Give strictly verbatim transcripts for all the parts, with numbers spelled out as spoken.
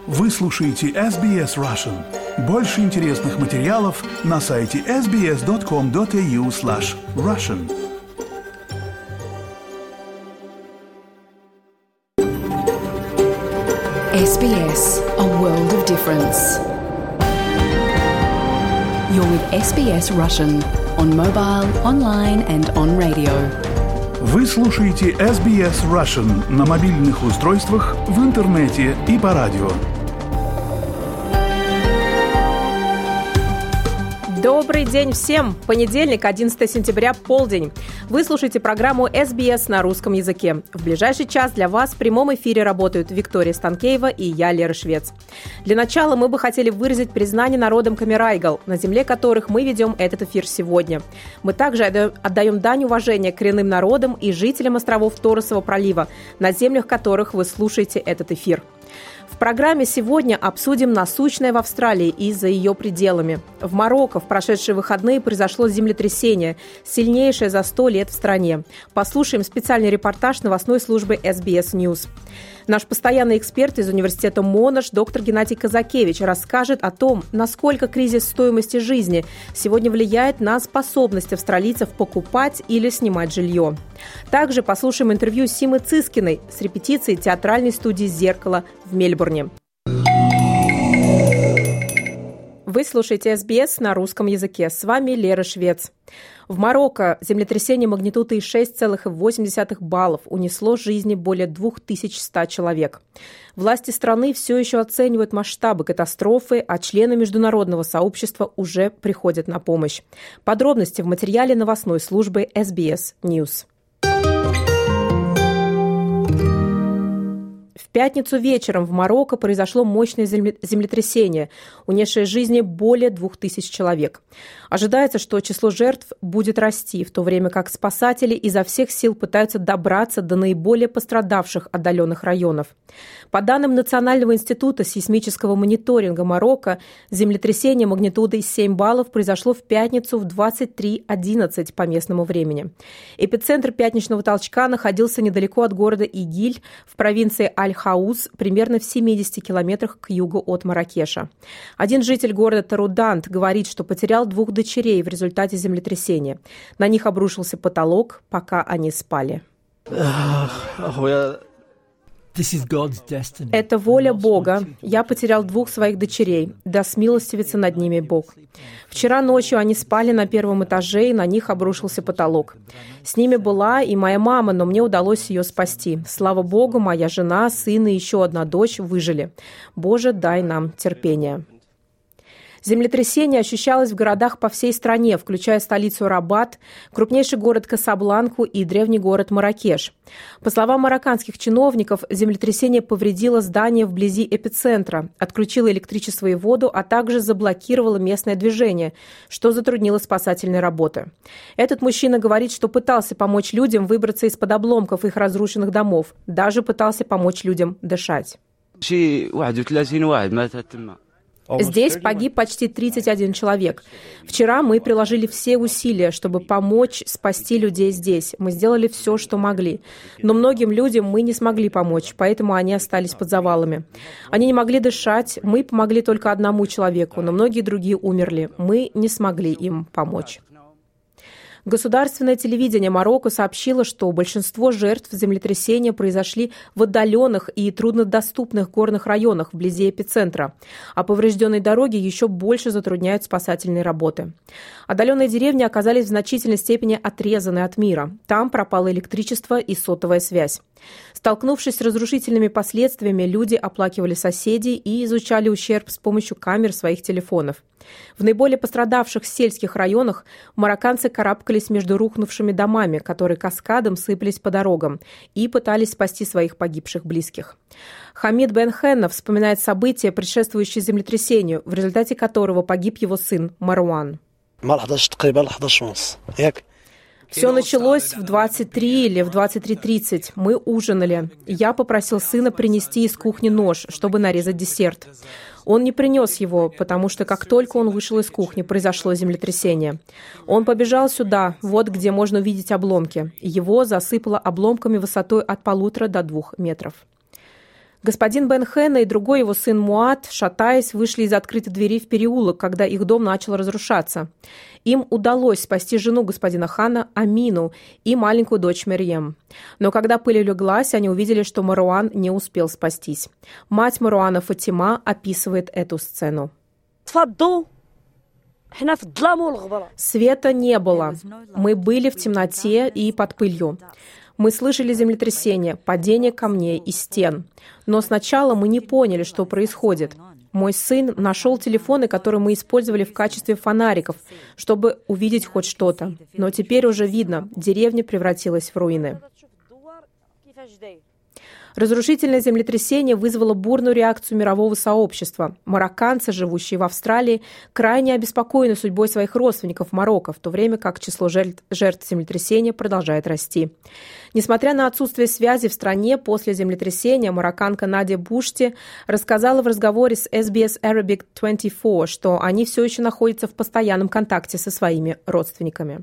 Вы слушаете эс би эс Russian. Больше интересных материалов на сайте эс би эс точка ком точка эй ю слэш Russian. эс би эс, a world of difference. You're with эс би эс Russian on mobile, online and on radio. Вы слушаете эс би эс Russian на мобильных устройствах, в интернете и по радио. Добрый день всем! Понедельник, одиннадцатое сентября, полдень. Вы слушаете программу эс би эс на русском языке. В ближайший час для вас в прямом эфире работают Виктория Станкеева и я, Лера Швец. Для начала мы бы хотели выразить признание народам Камерайгал, на земле которых мы ведем этот эфир сегодня. Мы также отдаем дань уважения коренным народам и жителям островов Торресового пролива, на землях которых вы слушаете этот эфир. В программе сегодня обсудим насущное в Австралии и за ее пределами. В Марокко в прошедшие выходные произошло землетрясение, сильнейшее за сто лет в стране. Послушаем специальный репортаж новостной службы эс би эс News. Наш постоянный эксперт из университета Монаш, доктор Геннадий Казакевич, расскажет о том, насколько кризис стоимости жизни сегодня влияет на способность австралийцев покупать или снимать жилье. Также послушаем интервью Симы Цискиной с репетицией театральной студии «Зеркало» в Мельбурне. Вы слушаете эс би эс на русском языке. С вами Лера Швец. В Марокко землетрясение магнитудой шесть целых восемь десятых баллов унесло жизни более две тысячи сто человек. Власти страны все еще оценивают масштабы катастрофы, а члены международного сообщества уже приходят на помощь. Подробности в материале новостной службы эс би эс News. В пятницу вечером в Марокко произошло мощное землетрясение, унесшее жизни более двух тысяч человек. Ожидается, что число жертв будет расти, в то время как спасатели изо всех сил пытаются добраться до наиболее пострадавших отдаленных районов. По данным Национального института сейсмического мониторинга Марокко, землетрясение магнитудой семь баллов произошло в пятницу в двадцать три одиннадцать по местному времени. Эпицентр пятничного толчка находился недалеко от города Игиль в провинции Аль-Хаус, примерно в семидесяти километрах к югу от Марракеша. Один житель города Тарудант говорит, что потерял двух дочерей в результате землетрясения. На них обрушился потолок, пока они спали. Это воля Бога. Я потерял двух своих дочерей. Да смилостивится над ними Бог. Вчера ночью они спали на первом этаже, и на них обрушился потолок. С ними была и моя мама, но мне удалось ее спасти. Слава Богу, моя жена, сын и еще одна дочь выжили. Боже, дай нам терпение. Землетрясение ощущалось в городах по всей стране, включая столицу Рабат, крупнейший город Касабланку и древний город Марракеш. По словам марокканских чиновников, землетрясение повредило здание вблизи эпицентра, отключило электричество и воду, а также заблокировало местное движение, что затруднило спасательные работы. Этот мужчина говорит, что пытался помочь людям выбраться из-под обломков их разрушенных домов, даже пытался помочь людям дышать. Здесь погиб почти тридцать один человек. Вчера мы приложили все усилия, чтобы помочь спасти людей здесь. Мы сделали все, что могли. Но многим людям мы не смогли помочь, поэтому они остались под завалами. Они не могли дышать. Мы помогли только одному человеку, но многие другие умерли. Мы не смогли им помочь. Государственное телевидение Марокко сообщило, что большинство жертв землетрясения произошли в отдаленных и труднодоступных горных районах вблизи эпицентра, а поврежденные дороги еще больше затрудняют спасательные работы. Отдаленные деревни оказались в значительной степени отрезаны от мира. Там пропало электричество и сотовая связь. Столкнувшись с разрушительными последствиями, люди оплакивали соседей и изучали ущерб с помощью камер своих телефонов. В наиболее пострадавших сельских районах марокканцы карабкались между рухнувшими домами, которые каскадом сыпались по дорогам, и пытались спасти своих погибших близких. Хамид Бен Хенна вспоминает события, предшествующие землетрясению, в результате которого погиб его сын Маруан. Все началось в двадцать три или в двадцать три тридцать. Мы ужинали. Я попросил сына принести из кухни нож, чтобы нарезать десерт. Он не принес его, потому что как только он вышел из кухни, произошло землетрясение. Он побежал сюда, вот где можно увидеть обломки. Его засыпало обломками высотой от полутора до двух метров. Господин Бен Хена и другой его сын Муат, шатаясь, вышли из открытой двери в переулок, когда их дом начал разрушаться. Им удалось спасти жену господина Хана, Амину, и маленькую дочь Мерьем. Но когда пыль улеглась, они увидели, что Маруан не успел спастись. Мать Маруана, Фатима, описывает эту сцену. Света не было. Мы были в темноте и под пылью. Мы слышали землетрясение, падение камней и стен. Но сначала мы не поняли, что происходит. Мой сын нашел телефоны, которые мы использовали в качестве фонариков, чтобы увидеть хоть что-то. Но теперь уже видно, деревня превратилась в руины. Разрушительное землетрясение вызвало бурную реакцию мирового сообщества. Марокканцы, живущие в Австралии, крайне обеспокоены судьбой своих родственников в Марокко, в то время как число жертв, жертв землетрясения продолжает расти. Несмотря на отсутствие связи в стране после землетрясения, марокканка Надя Бушти рассказала в разговоре с эс би эс Arabic двадцать четыре, что они все еще находятся в постоянном контакте со своими родственниками.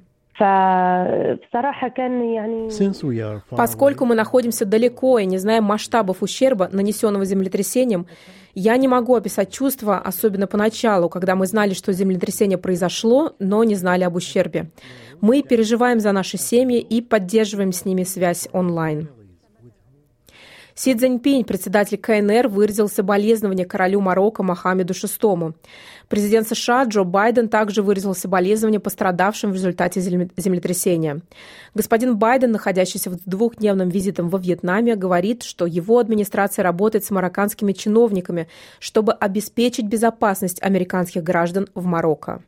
Поскольку мы находимся далеко и не знаем масштабов ущерба, нанесенного землетрясением, я не могу описать чувства, особенно поначалу, когда мы знали, что землетрясение произошло, но не знали об ущербе. Мы переживаем за наши семьи и поддерживаем с ними связь онлайн. Си Цзиньпинь, председатель ка эн эр, выразил соболезнования королю Марокко Мохаммеду шестому. Президент США Джо Байден также выразил соболезнования пострадавшим в результате землетрясения. Господин Байден, находящийся в двухдневном визите во Вьетнаме, говорит, что его администрация работает с марокканскими чиновниками, чтобы обеспечить безопасность американских граждан в Марокко.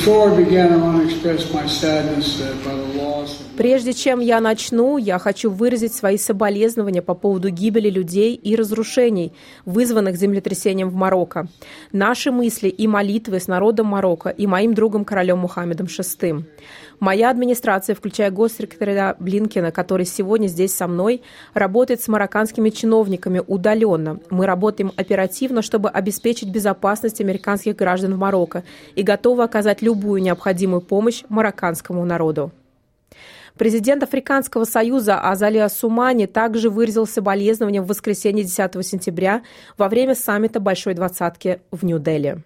Прежде чем я начну, я хочу выразить свои соболезнования по поводу гибели людей и разрушений, вызванных землетрясением в Марокко. Наши мысли и молитвы с народом Марокко и моим другом королем Мухаммедом шестым. Моя администрация, включая госсекретаря Блинкена, который сегодня здесь со мной, работает с марокканскими чиновниками удаленно. Мы работаем оперативно, чтобы обеспечить безопасность американских граждан в Марокко и готовы оказать любую необходимую помощь марокканскому народу. Президент Африканского союза Азали Ассумани также выразил соболезнования в воскресенье десятого сентября во время саммита Большой двадцатки в Нью-Дели.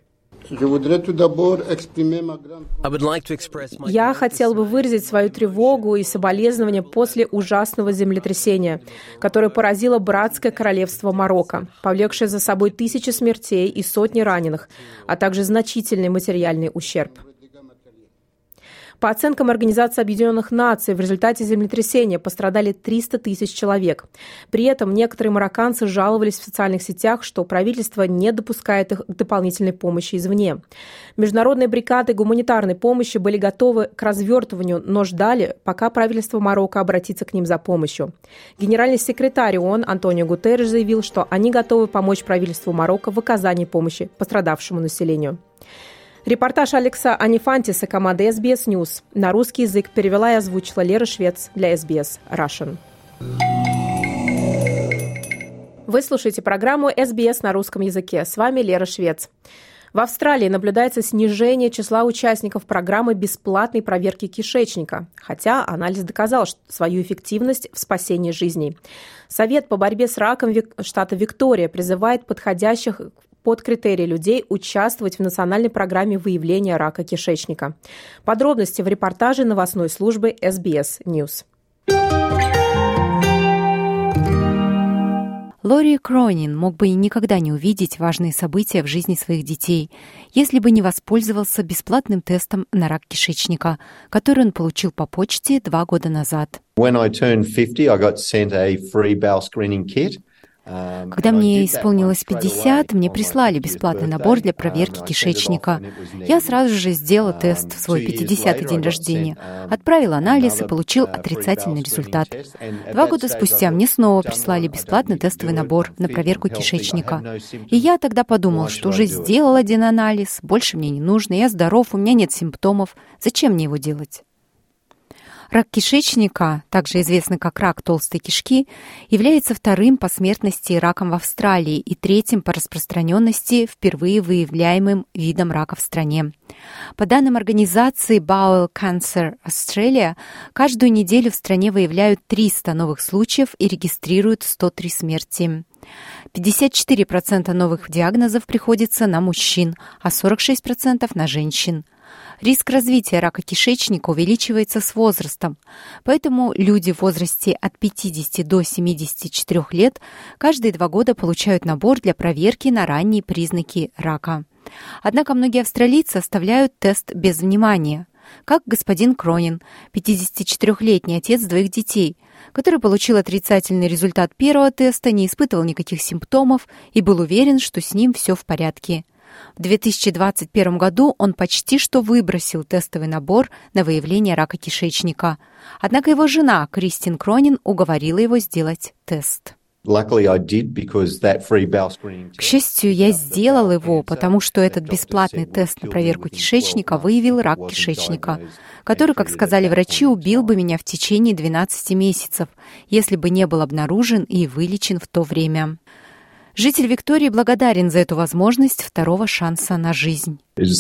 Я хотел бы выразить свою тревогу и соболезнования после ужасного землетрясения, которое поразило братское королевство Марокко, повлекшее за собой тысячи смертей и сотни раненых, а также значительный материальный ущерб. По оценкам Организации Объединенных Наций, в результате землетрясения пострадали триста тысяч человек. При этом некоторые марокканцы жаловались в социальных сетях, что правительство не допускает их к дополнительной помощи извне. Международные бригады гуманитарной помощи были готовы к развертыванию, но ждали, пока правительство Марокко обратится к ним за помощью. Генеральный секретарь ООН Антонио Гутерреш заявил, что они готовы помочь правительству Марокко в оказании помощи пострадавшему населению. Репортаж Алекса Анифантиса команды эс би эс News. На русский язык перевела и озвучила Лера Швец для эс би эс Russian. Вы слушаете программу эс би эс на русском языке. С вами Лера Швец. В Австралии наблюдается снижение числа участников программы бесплатной проверки кишечника, хотя анализ доказал свою эффективность в спасении жизней. Совет по борьбе с раком штата Виктория призывает подходящих под критерии людей участвовать в национальной программе выявления рака кишечника. Подробности в репортаже новостной службы эс би эс News. Лори Кронин мог бы и никогда не увидеть важные события в жизни своих детей, если бы не воспользовался бесплатным тестом на рак кишечника, который он получил по почте два года назад. When I turned fifty, I got sent a free bowel screening kit. Когда мне исполнилось пятьдесят, мне прислали бесплатный набор для проверки кишечника. Я сразу же сделала тест в свой пятидесятый день рождения, отправила анализ и получил отрицательный результат. Два года спустя мне снова прислали бесплатный тестовый набор на проверку кишечника. И я тогда подумал, что уже сделал один анализ, больше мне не нужно, я здоров, у меня нет симптомов, зачем мне его делать? Рак кишечника, также известный как рак толстой кишки, является вторым по смертности раком в Австралии и третьим по распространенности впервые выявляемым видом рака в стране. По данным организации Bowel Cancer Australia, каждую неделю в стране выявляют триста новых случаев и регистрируют сто три смерти. пятьдесят четыре процента новых диагнозов приходится на мужчин, а сорок шесть процентов на женщин. Риск развития рака кишечника увеличивается с возрастом, поэтому люди в возрасте от пятидесяти до семидесяти четырёх лет каждые два года получают набор для проверки на ранние признаки рака. Однако многие австралийцы оставляют тест без внимания, как господин Кронин, пятидесятичетырёхлетний отец двоих детей, который получил отрицательный результат первого теста, не испытывал никаких симптомов и был уверен, что с ним все в порядке. В две тысячи двадцать первом году он почти что выбросил тестовый набор на выявление рака кишечника. Однако его жена Кристин Кронин уговорила его сделать тест. К счастью, я сделал его, потому что этот бесплатный тест на проверку кишечника выявил рак кишечника, который, как сказали врачи, убил бы меня в течение двенадцати месяцев, если бы не был обнаружен и вылечен в то время. Житель Виктории благодарен за эту возможность второго шанса на жизнь.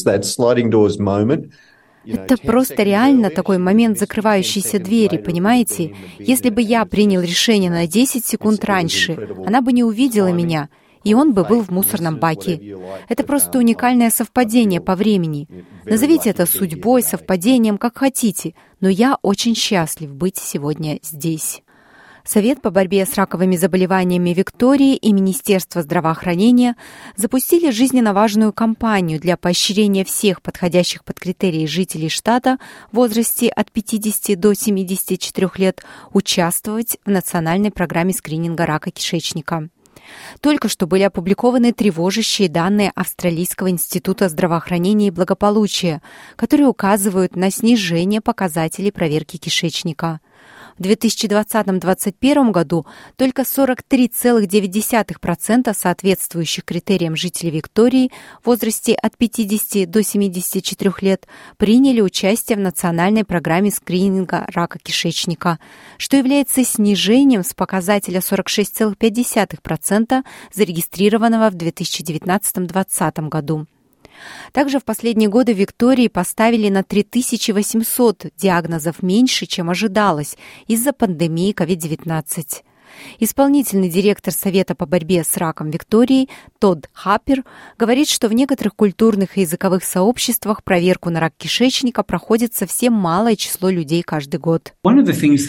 Это просто реально такой момент закрывающейся двери, понимаете? Если бы я принял решение на десять секунд раньше, она бы не увидела меня, и он бы был в мусорном баке. Это просто уникальное совпадение по времени. Назовите это судьбой, совпадением, как хотите, но я очень счастлив быть сегодня здесь. Совет по борьбе с раковыми заболеваниями Виктории и Министерство здравоохранения запустили жизненно важную кампанию для поощрения всех подходящих под критерии жителей штата в возрасте от пятидесяти до семидесяти четырёх лет участвовать в национальной программе скрининга рака кишечника. Только что были опубликованы тревожащие данные Австралийского института здравоохранения и благополучия, которые указывают на снижение показателей проверки кишечника. В две тысячи двадцатом — две тысячи двадцать первом году только сорок три целых девять десятых процента соответствующих критериям жителей Виктории в возрасте от пятидесяти до семидесяти четырёх лет приняли участие в национальной программе скрининга рака кишечника, что является снижением с показателя сорок шесть целых пять десятых процента, зарегистрированного в две тысячи девятнадцатом — две тысячи двадцатом году. Также в последние годы в Виктории поставили на три тысячи восемьсот диагнозов меньше, чем ожидалось из-за пандемии ковид девятнадцать. Исполнительный директор Совета по борьбе с раком Виктории Тодд Хаппер говорит, что в некоторых культурных и языковых сообществах проверку на рак кишечника проходит совсем малое число людей каждый год. Мы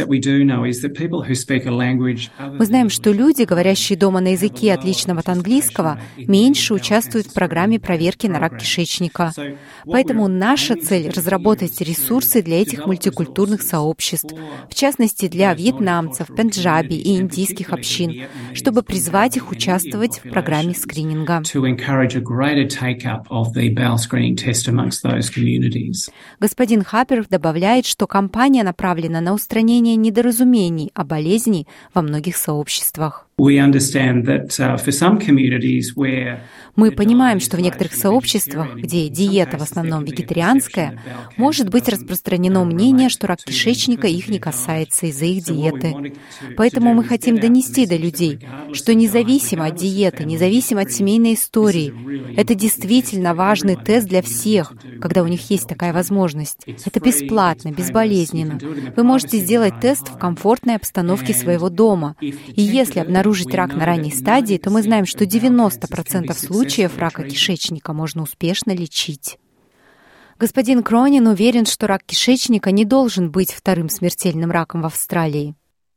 знаем, что люди, говорящие дома на языке, отличном от английского, меньше участвуют в программе проверки на рак кишечника. Поэтому наша цель – разработать ресурсы для этих мультикультурных сообществ, в частности для вьетнамцев, пенджаби и индийцев, индийских общин, чтобы призвать их участвовать в программе скрининга. Господин Хаппер добавляет, что кампания направлена на устранение недоразумений о болезни во многих сообществах. Мы понимаем, что в некоторых сообществах, где диета в основном вегетарианская, может быть распространено мнение, что рак кишечника их не касается из-за их диеты. Поэтому мы хотим донести до людей, что независимо от диеты, независимо от семейной истории, это действительно важный тест для всех, когда у них есть такая возможность. Это бесплатно, безболезненно. Вы можете сделать тест в комфортной обстановке своего дома. И если обнаружить рак на ранней стадии, то мы знаем, что девяносто процентов случаев рака кишечника можно успешно лечить. Господин Кронин уверен, что рак кишечника не должен быть вторым смертельным раком в Австралии.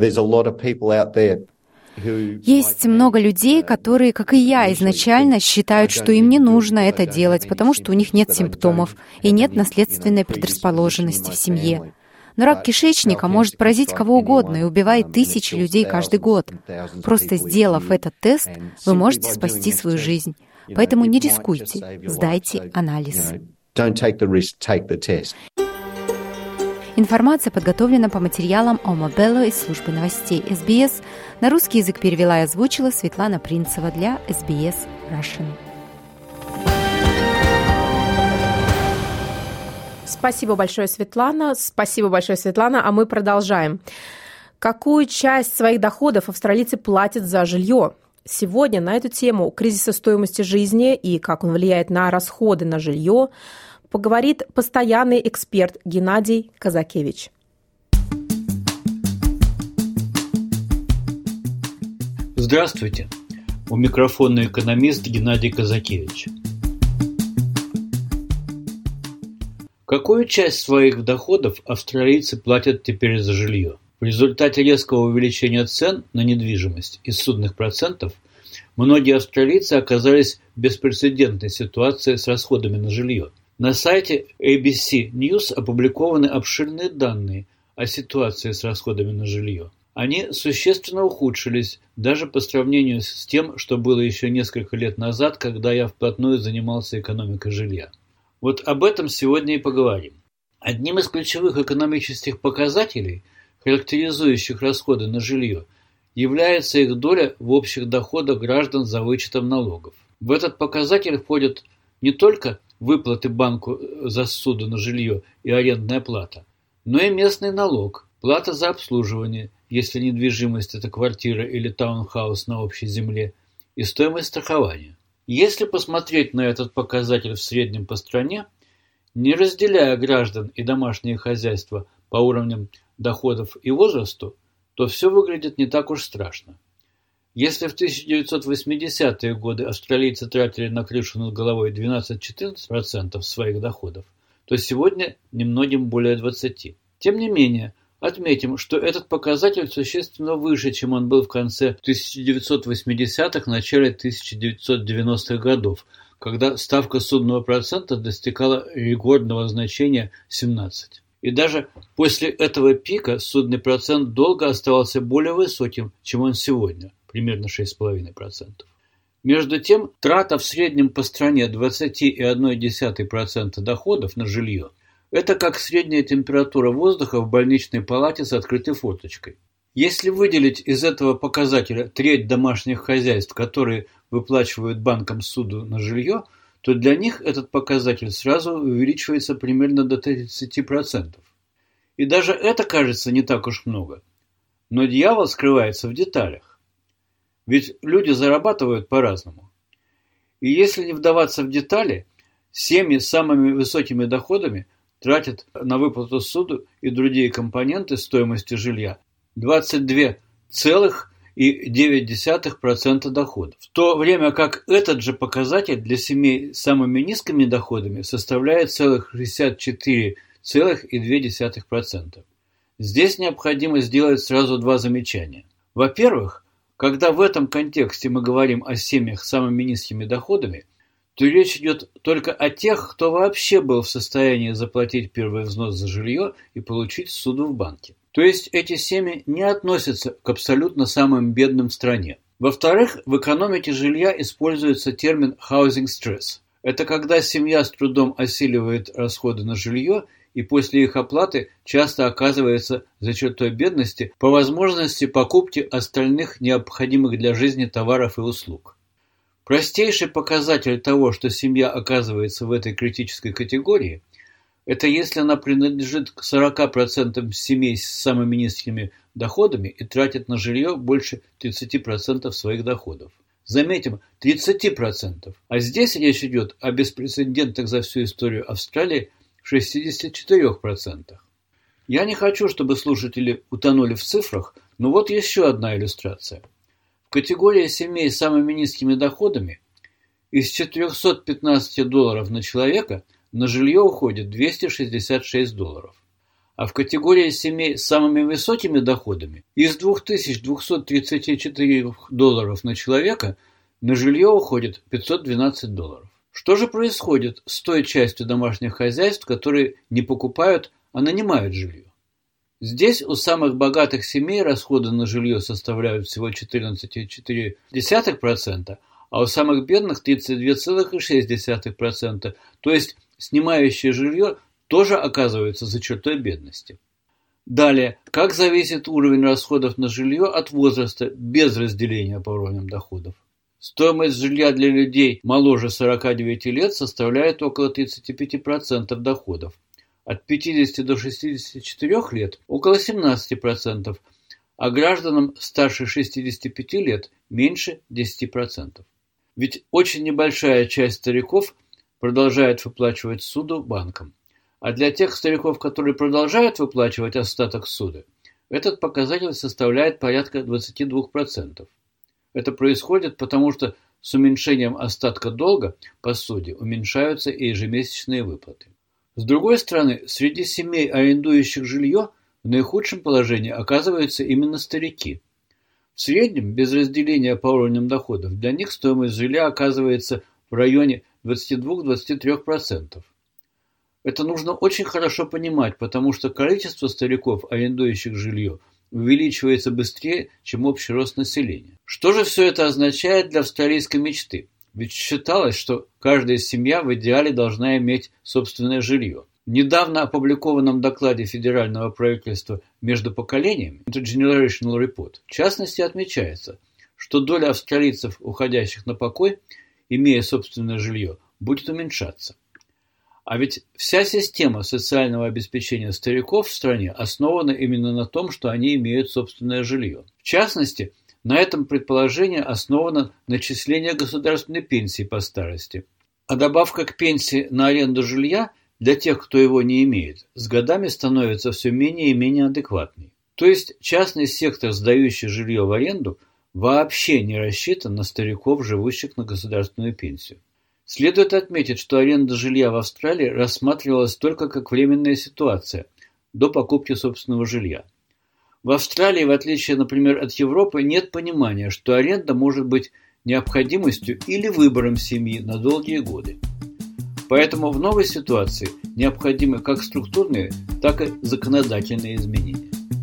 Есть много людей, которые, как и я, изначально считают, что им не нужно это делать, потому что у них нет симптомов и нет наследственной предрасположенности в семье. Но рак кишечника может поразить кого угодно и убивает тысячи людей каждый год. Просто сделав этот тест, вы можете спасти свою жизнь. Поэтому не рискуйте, сдайте анализ. Информация подготовлена по материалам Ома Белло из службы новостей эс би эс. На русский язык перевела и озвучила Светлана Принцева для эс би эс Russian. Спасибо большое, Светлана. Спасибо большое, Светлана. А мы продолжаем. Какую часть своих доходов австралийцы платят за жилье? Сегодня на эту тему кризиса стоимости жизни и как он влияет на расходы на жилье поговорит постоянный эксперт Геннадий Казакевич. Здравствуйте. У микрофона экономист Геннадий Казакевич. Какую часть своих доходов австралийцы платят теперь за жилье? В результате резкого увеличения цен на недвижимость из судных процентов многие австралийцы оказались в беспрецедентной ситуации с расходами на жилье. На сайте эй би си News опубликованы обширные данные о ситуации с расходами на жилье. Они существенно ухудшились даже по сравнению с тем, что было еще несколько лет назад, когда я вплотную занимался экономикой жилья. Вот об этом сегодня и поговорим. Одним из ключевых экономических показателей, характеризующих расходы на жилье, является их доля в общих доходах граждан за вычетом налогов. В этот показатель входят не только выплаты банку за ссуду на жилье и арендная плата, но и местный налог, плата за обслуживание, если недвижимость – это квартира или таунхаус на общей земле, и стоимость страхования. Если посмотреть на этот показатель в среднем по стране, не разделяя граждан и домашние хозяйства по уровням доходов и возрасту, то все выглядит не так уж страшно. Если в тысяча девятьсот восьмидесятые годы австралийцы тратили на крышу над головой двенадцать-четырнадцать процентов своих доходов, то сегодня немногим более двадцать процентов. Тем не менее, отметим, что этот показатель существенно выше, чем он был в конце тысяча девятьсот восьмидесятых – начале тысяча девятьсот девяностых годов, когда ставка судного процента достигала рекордного значения семнадцать. И даже после этого пика судный процент долго оставался более высоким, чем он сегодня, примерно шесть целых пять десятых процента. Между тем, трата в среднем по стране двадцать целых одна десятая процента доходов на жилье – это как средняя температура воздуха в больничной палате с открытой форточкой. Если выделить из этого показателя треть домашних хозяйств, которые выплачивают банкам ссуду на жилье, то для них этот показатель сразу увеличивается примерно до тридцати процентов. И даже это кажется не так уж много. Но дьявол скрывается в деталях. Ведь люди зарабатывают по-разному. И если не вдаваться в детали, семьи с самыми высокими доходами тратят на выплату ссуду и другие компоненты стоимости жилья двадцать два целых девять десятых процента доходов. В то время как этот же показатель для семей с самыми низкими доходами составляет целых шестьдесят четыре целых две десятых процента. Здесь необходимо сделать сразу два замечания. Во-первых, когда в этом контексте мы говорим о семьях с самыми низкими доходами, то речь идет только о тех, кто вообще был в состоянии заплатить первый взнос за жилье и получить ссуду в банке. То есть эти семьи не относятся к абсолютно самым бедным в стране. Во-вторых, в экономике жилья используется термин housing stress. Это когда семья с трудом осиливает расходы на жилье и после их оплаты часто оказывается за чертой бедности по возможности покупки остальных необходимых для жизни товаров и услуг. Простейший показатель того, что семья оказывается в этой критической категории, это если она принадлежит к сорока процентам семей с самыми низкими доходами и тратит на жилье больше тридцати процентов своих доходов. Заметим, тридцать процентов. А здесь речь идет о беспрецедентных за всю историю Австралии шестидесяти четырёх процентах. Я не хочу, чтобы слушатели утонули в цифрах, но вот еще одна иллюстрация. В категории семей с самыми низкими доходами из четырехсот пятнадцати долларов на человека на жилье уходит двести шестьдесят шесть долларов. А в категории семей с самыми высокими доходами из две тысячи двести тридцать четыре долларов на человека на жилье уходит пятьсот двенадцать долларов. Что же происходит с той частью домашних хозяйств, которые не покупают, а нанимают жилье? Здесь у самых богатых семей расходы на жилье составляют всего четырнадцать целых четыре десятых процента, а у самых бедных тридцать два целых шесть десятых процента, то есть снимающие жилье тоже оказываются за чертой бедности. Далее, как зависит уровень расходов на жилье от возраста без разделения по уровням доходов? Стоимость жилья для людей моложе сорока девяти лет составляет около тридцати пяти процентов доходов, от пятидесяти до шестидесяти четырёх лет около семнадцати процентов, а гражданам старше шестидесяти пяти лет меньше десяти процентов. Ведь очень небольшая часть стариков продолжает выплачивать суду банкам. А для тех стариков, которые продолжают выплачивать остаток суда, этот показатель составляет порядка двадцати двух процентов. Это происходит потому, что с уменьшением остатка долга по суде уменьшаются и ежемесячные выплаты. С другой стороны, среди семей, арендующих жилье, в наихудшем положении оказываются именно старики. В среднем, без разделения по уровням доходов, для них стоимость жилья оказывается в районе двадцати двух — двадцати трёх процентов. Это нужно очень хорошо понимать, потому что количество стариков, арендующих жилье, увеличивается быстрее, чем общий рост населения. Что же все это означает для австралийской мечты? Ведь считалось, что каждая семья в идеале должна иметь собственное жилье. В недавно опубликованном докладе федерального правительства «Между поколениями» Intergenerational Report в частности отмечается, что доля австралийцев, уходящих на покой, имея собственное жилье, будет уменьшаться. А ведь вся система социального обеспечения стариков в стране основана именно на том, что они имеют собственное жилье. В частности, на этом предположении основано начисление государственной пенсии по старости. А добавка к пенсии на аренду жилья для тех, кто его не имеет, с годами становится все менее и менее адекватной. То есть частный сектор, сдающий жилье в аренду, вообще не рассчитан на стариков, живущих на государственную пенсию. Следует отметить, что аренда жилья в Австралии рассматривалась только как временная ситуация до покупки собственного жилья. В Австралии, в отличие, например, от Европы, нет понимания, что аренда может быть необходимостью или выбором семьи на долгие годы. Поэтому в новой ситуации необходимы как структурные, так и законодательные изменения.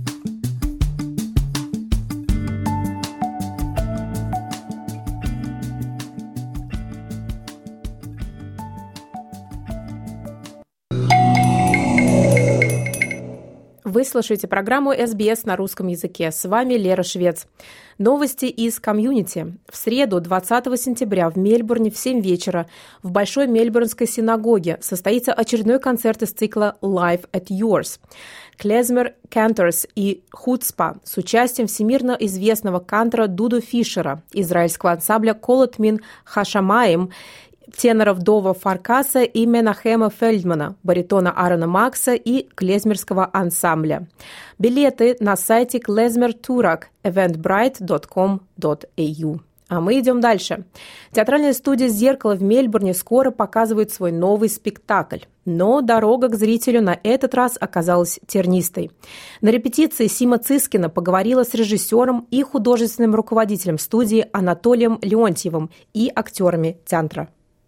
Вы слушаете программу эс би эс на русском языке. С вами Лера Швец. Новости из комьюнити. В среду, двадцатого сентября, в Мельбурне в семь вечера в Большой Мельбурнской синагоге состоится очередной концерт из цикла «Live at Yours». Клезмер Кэнторс и Хуцпа с участием всемирно известного кантора Дуду Фишера, израильского ансамбля Колотмин Хашамаим, теноров Дова Фаркаса и Менахема Фельдмана, баритона Аарона Макса и клезмерского ансамбля. Билеты на сайте клезмер турак эвентбрайт точка ком точка эй ю. А мы идем дальше. Театральная студия «Зеркало» в Мельбурне скоро показывает свой новый спектакль. Но дорога к зрителю на этот раз оказалась тернистой. На репетиции Сима Цискина поговорила с режиссером и художественным руководителем студии Анатолием Леонтьевым и актерами театра.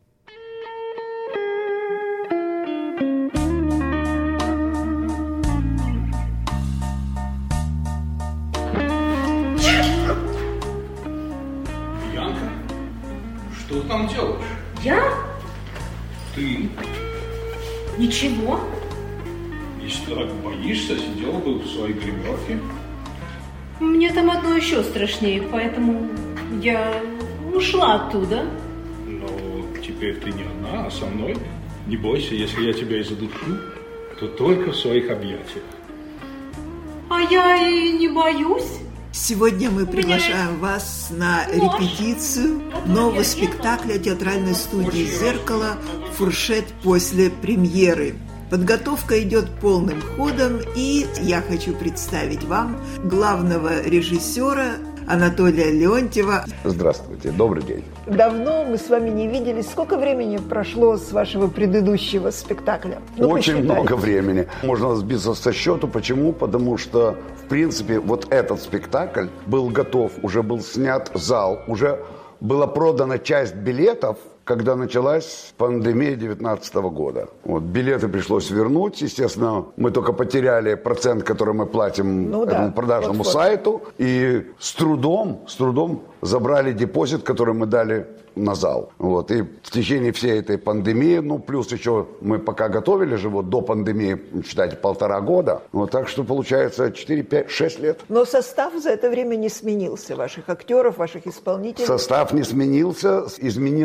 Что ты там делаешь? Я? Ты? Ничего. Если ты так боишься, сидела бы в своей гримерке. Мне там одно еще страшнее, поэтому я ушла оттуда. Но теперь ты не одна, а со мной. Не бойся, если я тебя и задушу, то только в своих объятиях. А я и не боюсь. Сегодня мы приглашаем вас на репетицию нового спектакля театральной студии «Зеркало» «Фуршет после премьеры». Подготовка идет полным ходом, и я хочу представить вам главного режиссера Анатолия Леонтьева. Здравствуйте, добрый день. Давно мы с вами не виделись. Сколько времени прошло с вашего предыдущего спектакля? Ну, очень много времени. Можно сбиться со счету. Почему? Потому что, в принципе, вот этот спектакль был готов, уже был снят зал, уже была продана часть билетов, когда началась пандемия две тысячи девятнадцатого года. Вот, билеты пришлось вернуть. Естественно, мы только потеряли процент, который мы платим ну, этому да, продажному вот, сайту. Вот. И с трудом, с трудом забрали депозит, который мы дали на зал. Вот. И в течение всей этой пандемии, ну, плюс еще мы пока готовили же вот до пандемии, считайте, полтора года. Вот, так что получается четыре, пять, шесть лет. Но состав за это время не сменился, ваших актеров, ваших исполнителей? Состав не сменился. Изменилась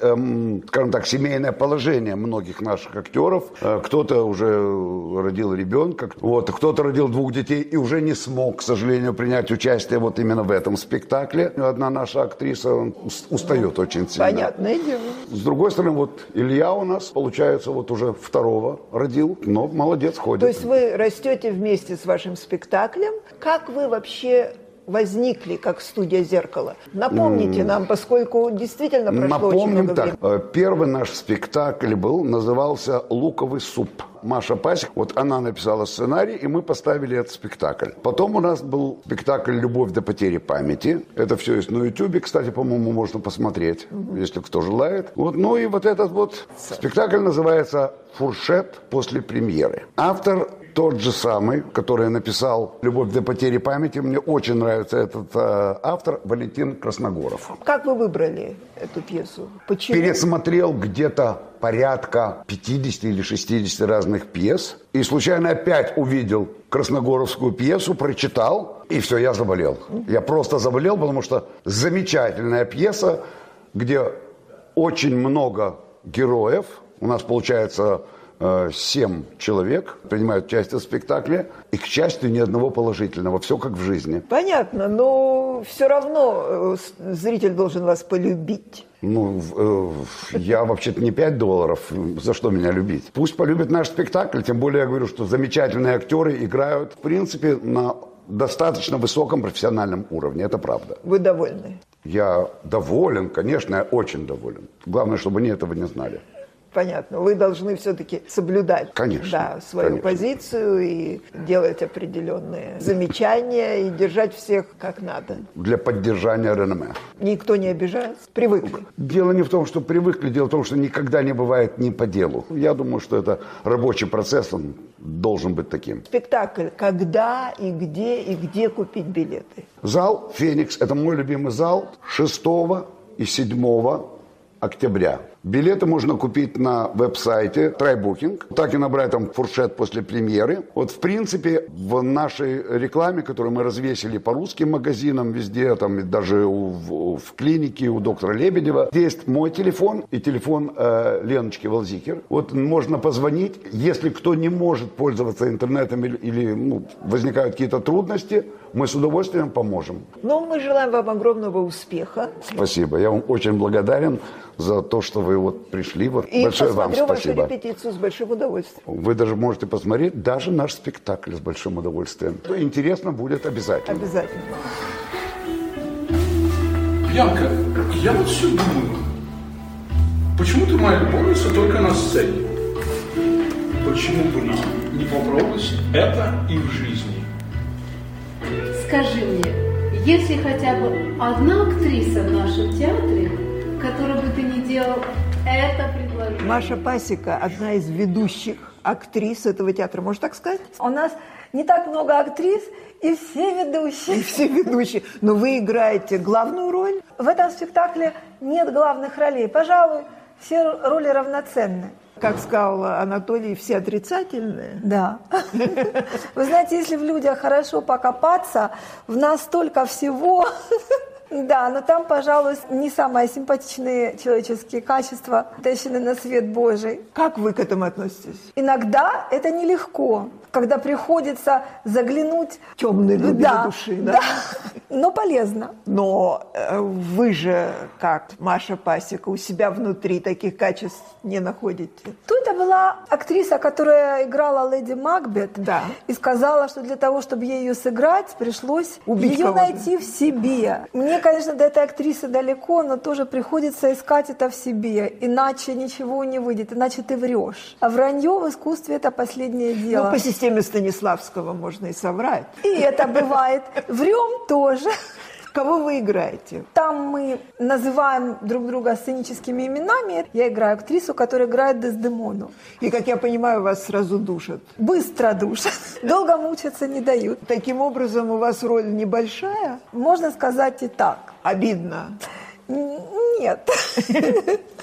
эм, скажем так, семейное положение многих наших актеров. Э, кто-то уже родил ребенка, вот, кто-то родил двух детей и уже не смог, к сожалению, принять участие вот именно в этом спектакле. Одна наша актриса устает очень сильно. Понятное дело. С другой стороны, вот Илья у нас, получается, вот уже второго родил, но молодец, ходит. То есть вы растете вместе с вашим спектаклем. Как вы вообще возникли как студия «Зеркало»? Напомните mm. нам, поскольку действительно прошло Напомним очень много так. времени. Первый наш спектакль был, назывался «Луковый суп». Маша Пасек, вот она написала сценарий, и мы поставили этот спектакль. Потом у нас был спектакль «Любовь до потери памяти». Это все есть на Ютубе, кстати, по-моему, можно посмотреть, mm-hmm. если кто желает. Вот, ну и вот этот вот спектакль называется «Фуршет после премьеры». Автор тот же самый, который написал «Любовь до потери памяти». Мне очень нравится этот э, автор, Валентин Красногоров. Как вы выбрали эту пьесу? Почему? Пересмотрел где-то порядка пятьдесят или шестьдесят разных пьес. И случайно опять увидел красногоровскую пьесу, прочитал, и все, я заболел. Я просто заболел, потому что замечательная пьеса, где очень много героев. У нас получается семь человек принимают участие в спектакле, и, к счастью, ни одного положительного. Все как в жизни. Понятно, но все равно зритель должен вас полюбить. Ну, э, я вообще-то не пять долларов. За что меня любить? Пусть полюбит наш спектакль. Тем более я говорю, что замечательные актеры играют, в принципе, на достаточно высоком профессиональном уровне. Это правда. Вы довольны? Я доволен, конечно, я очень доволен. Главное, чтобы они этого не знали. Понятно. Вы должны все-таки соблюдать, конечно, да, свою конечно. позицию и делать определенные замечания и держать всех как надо. Для поддержания реноме. Никто не обижается? Привыкли? Дело не в том, что привыкли, дело в том, что никогда не бывает не по делу. Я думаю, что это рабочий процесс, он должен быть таким. Спектакль. Когда и где, и где купить билеты? Зал «Феникс» – это мой любимый зал, шестого и седьмого октября. Билеты можно купить на веб-сайте TryBooking. Так и набрать там «Фуршет после премьеры». Вот, в принципе, в нашей рекламе, которую мы развесили по русским магазинам везде, там и даже у, в, в клинике у доктора Лебедева, есть мой телефон и телефон э, Леночки Волзикер. Вот можно позвонить. Если кто не может пользоваться интернетом или, или ну, возникают какие-то трудности, мы с удовольствием поможем. Ну, мы желаем вам огромного успеха. Спасибо. Я вам очень благодарен за то, что вы вот пришли. Вот и большое вам спасибо. Вашу репетицию с большим удовольствием. Вы даже можете посмотреть даже наш спектакль с большим удовольствием. Интересно будет обязательно. Обязательно. Янка, я вот все думаю, почему ты моя любовница только на сцене? Почему бы нам не попробовать это и в жизни? Скажи мне, если хотя бы одна актриса в нашем театре, которую бы ты не делал это предложение. Маша Пасека – одна из ведущих актрис этого театра, можно так сказать? У нас не так много актрис, и все ведущие. И все ведущие. Но вы играете главную роль? В этом спектакле нет главных ролей. Пожалуй, все роли равноценны. Как сказал Анатолий, все отрицательные? Да. Вы знаете, если в людях хорошо покопаться, в нас столько всего... Да, но там, пожалуй, не самые симпатичные человеческие качества, тащены на свет Божий. Как вы к этому относитесь? Иногда это нелегко, когда приходится заглянуть... Темные глубины да, души, да? Да, но полезно. Но э, вы же, как Маша Пасека, у себя внутри таких качеств не находите? То это была актриса, которая играла леди Макбет, да. И сказала, что для того, чтобы ей ее сыграть, пришлось убить ее кого-то. Найти в себе. Мне, конечно, до этой актрисы далеко, но тоже приходится искать это в себе, иначе ничего не выйдет, иначе ты врешь. А вранье в искусстве – это последнее дело. Ну, по системе Станиславского можно и соврать. И это бывает. Врем тоже. Кого вы играете? Там мы называем друг друга сценическими именами. Я играю актрису, которая играет Дездемону. И, как я понимаю, вас сразу душат? Быстро душат. Долго мучиться не дают. Таким образом, у вас роль небольшая? Можно сказать и так. Обидно? Нет.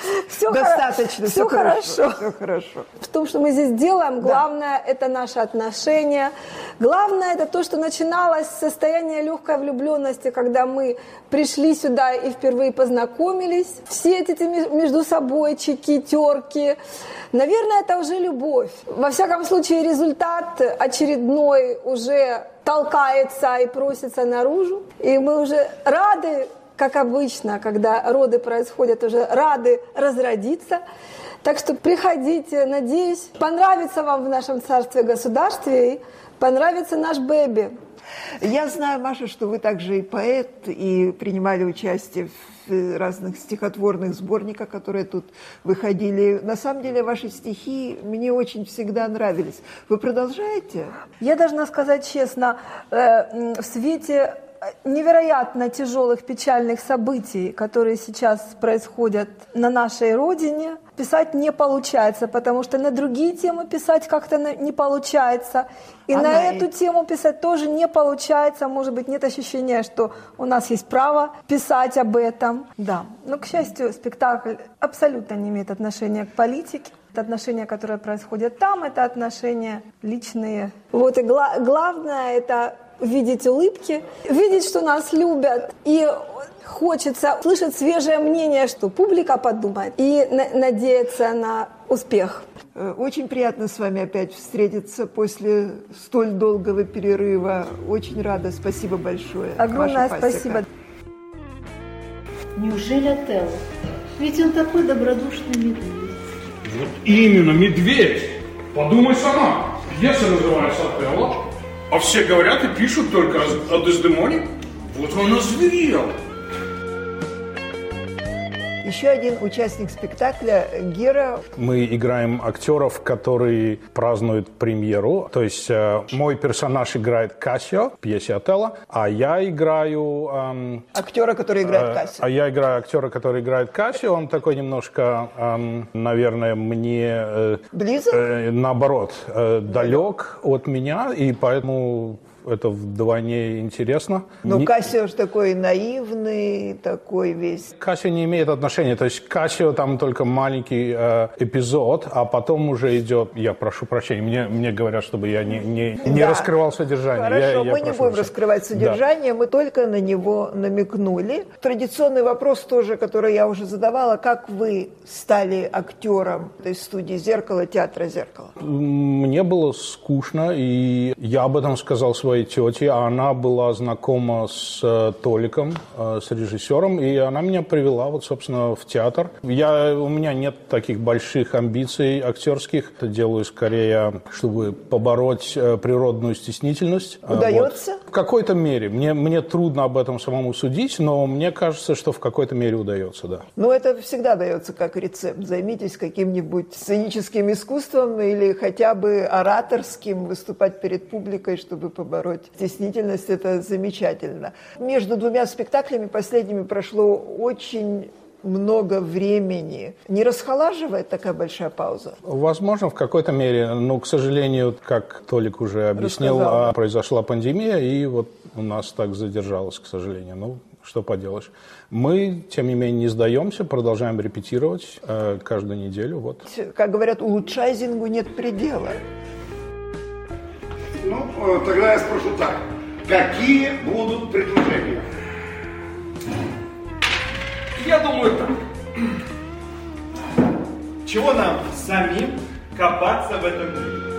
все достаточно, все, все хорошо. хорошо. Все хорошо. В том, что мы здесь делаем, главное да. это наши отношения. Главное это то, что начиналось с состояния легкой влюбленности, когда мы пришли сюда и впервые познакомились. Все эти между собой чеки, терки. Наверное, это уже любовь. Во всяком случае, результат очередной уже толкается и просится наружу. И мы уже рады, как обычно, когда роды происходят, уже рады разродиться. Так что приходите, надеюсь, понравится вам в нашем царстве государстве и понравится наш бэби. Я знаю, Маша, что вы также и поэт, и принимали участие в разных стихотворных сборниках, которые тут выходили. На самом деле ваши стихи мне очень всегда нравились. Вы продолжаете? Я должна сказать честно, в свете невероятно тяжелых, печальных событий, которые сейчас происходят на нашей родине, писать не получается, потому что на другие темы писать как-то не получается. И Она на эту и... тему писать тоже не получается. Может быть, нет ощущения, что у нас есть право писать об этом. Да. Но, к счастью, спектакль абсолютно не имеет отношения к политике. Это отношения, которые происходят там, это отношения личные. Вот и гла- главное это видеть улыбки, видеть, что нас любят. И хочется слышать свежее мнение, что публика подумает, и на- надеяться на успех. Очень приятно с вами опять встретиться после столь долгого перерыва. Очень рада. Спасибо большое. Огромное спасибо. Неужели Отелло? Ведь он такой добродушный медведь. Вот именно, медведь. Подумай сама. Пьеса называется «Отелло», а все говорят и пишут только о, о Дездемоне. Вот он озверел. Еще один участник спектакля Гера. Мы играем актеров, которые празднуют премьеру. То есть э, мой персонаж играет Кассио в пьесе «Отелло», а я играю... Эм, актера, который играет э, Кассио. А я играю актера, который играет Кассио. Он такой немножко, эм, наверное, мне... Э, Близок? Э, наоборот, э, далек от меня, и поэтому... Это вдвойне интересно. Но не... Кассио же такой наивный, такой весь... Кассио не имеет отношения. То есть Кассио там только маленький э, эпизод, а потом уже идет... Я прошу прощения, мне, мне говорят, чтобы я не, не, не да. раскрывал содержание. Хорошо, я, я мы не будем прощения. раскрывать содержание, да. Мы только на него намекнули. Традиционный вопрос тоже, который я уже задавала. Как вы стали актером этой студии «Зеркало», театра «Зеркало»? Мне было скучно, и я об этом сказал своей тете, а она была знакома с э, Толиком, э, с режиссером, и она меня привела, вот, собственно, в театр. Я, у меня нет таких больших амбиций актерских. Это делаю скорее, чтобы побороть э, природную стеснительность. Удается? Вот. В какой-то мере. Мне, мне трудно об этом самому судить, но мне кажется, что в какой-то мере удается, да. Ну, это всегда дается как рецепт. Займитесь каким-нибудь сценическим искусством или хотя бы ораторским, выступать перед публикой, чтобы побороть стеснительность, это замечательно. Между двумя спектаклями последними прошло очень много времени. Не расхолаживает такая большая пауза? Возможно, в какой-то мере. Но, к сожалению, как Толик уже объяснил, Рассказал. произошла пандемия, и вот у нас так задержалось, к сожалению. Ну, что поделаешь. Мы, тем не менее, не сдаемся, продолжаем репетировать э, каждую неделю. Вот. Как говорят, улучшайзингу нет предела. Ну, тогда я спрошу так. Какие будут предложения? Я думаю так. Чего нам самим копаться в этом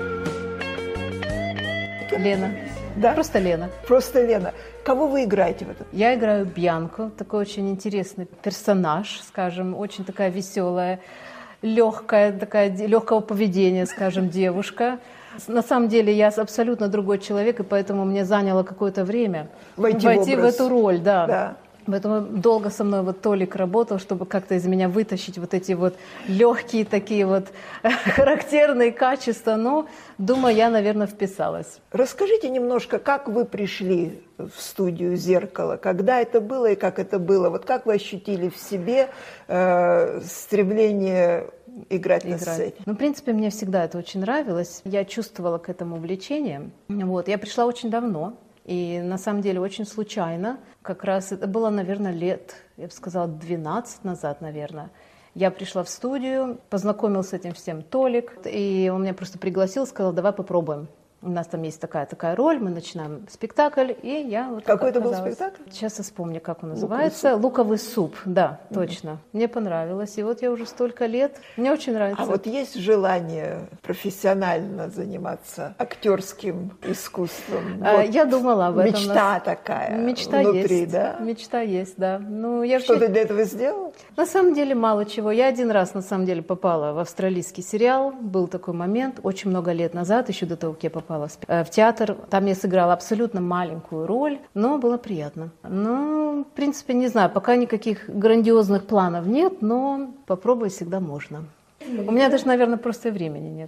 мире? Лена. Да? Просто Лена. Просто Лена. Кого вы играете в этом? Я играю Бьянку, такой очень интересный персонаж, скажем, очень такая веселая, легкая, такая легкого поведения, скажем, девушка. На самом деле я абсолютно другой человек, и поэтому мне заняло какое-то время войти, войти в, в эту роль, да. да. Поэтому долго со мной вот Толик работал, чтобы как-то из меня вытащить вот эти вот легкие такие вот характерные качества. Но, думаю, я, наверное, вписалась. Расскажите немножко, как вы пришли в студию «Зеркало», когда это было и как это было? Вот как вы ощутили в себе э, стремление играть на сцене? Ну, в принципе, мне всегда это очень нравилось. Я чувствовала к этому влечение. Вот. Я пришла очень давно. И на самом деле очень случайно, как раз это было, наверное, лет, я бы сказала, двенадцать назад, наверное. Я пришла в студию, познакомился с этим всем Толик, и он меня просто пригласил, сказал, давай попробуем. У нас там есть такая-такая роль, мы начинаем спектакль, и я вот... Какой это был спектакль? Сейчас я вспомню, как он называется. «Луковый суп», да, mm-hmm. точно. Мне понравилось, и вот я уже столько лет, мне очень нравится. А вот есть желание профессионально заниматься актерским искусством? А, вот я думала об этом. Мечта такая Мечта внутри, есть, да? Мечта есть, да. Ну, я Что вообще... ты для этого сделала? На самом деле мало чего. Я один раз, на самом деле, попала в австралийский сериал. Был такой момент, очень много лет назад, еще до того, как я попала в театр. Там я сыграла абсолютно маленькую роль, но было приятно. Ну, в принципе, не знаю, пока никаких грандиозных планов нет, но попробовать всегда можно. У меня даже, наверное, просто времени нет.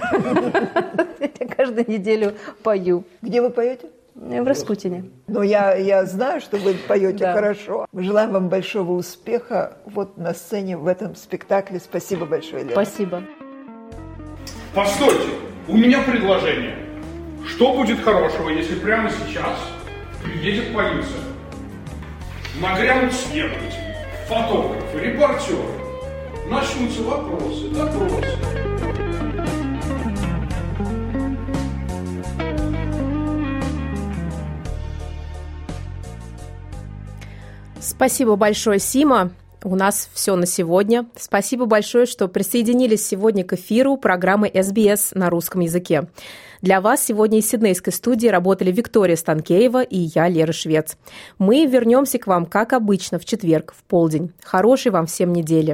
Я каждую неделю пою. Где вы поете? В Распутине. Но я, я знаю, что вы поете да. хорошо. Мы желаем вам большого успеха вот на сцене в этом спектакле. Спасибо большое, Лена. Спасибо. Постойте, у меня предложение. Что будет хорошего, если прямо сейчас приедет полиция? Нагрянут следователи, фотографы, репортеры. Начнутся вопросы, допросы. Спасибо большое, Сима. У нас все на сегодня. Спасибо большое, что присоединились сегодня к эфиру программы эс би эс на русском языке. Для вас сегодня из Сиднейской студии работали Виктория Станкеева и я, Лера Швец. Мы вернемся к вам, как обычно, в четверг, в полдень. Хорошей вам всем недели.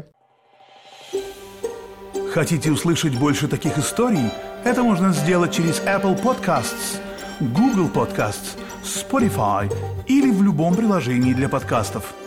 Хотите услышать больше таких историй? Это можно сделать через Apple Podcasts, Google Podcasts, Spotify или в любом приложении для подкастов.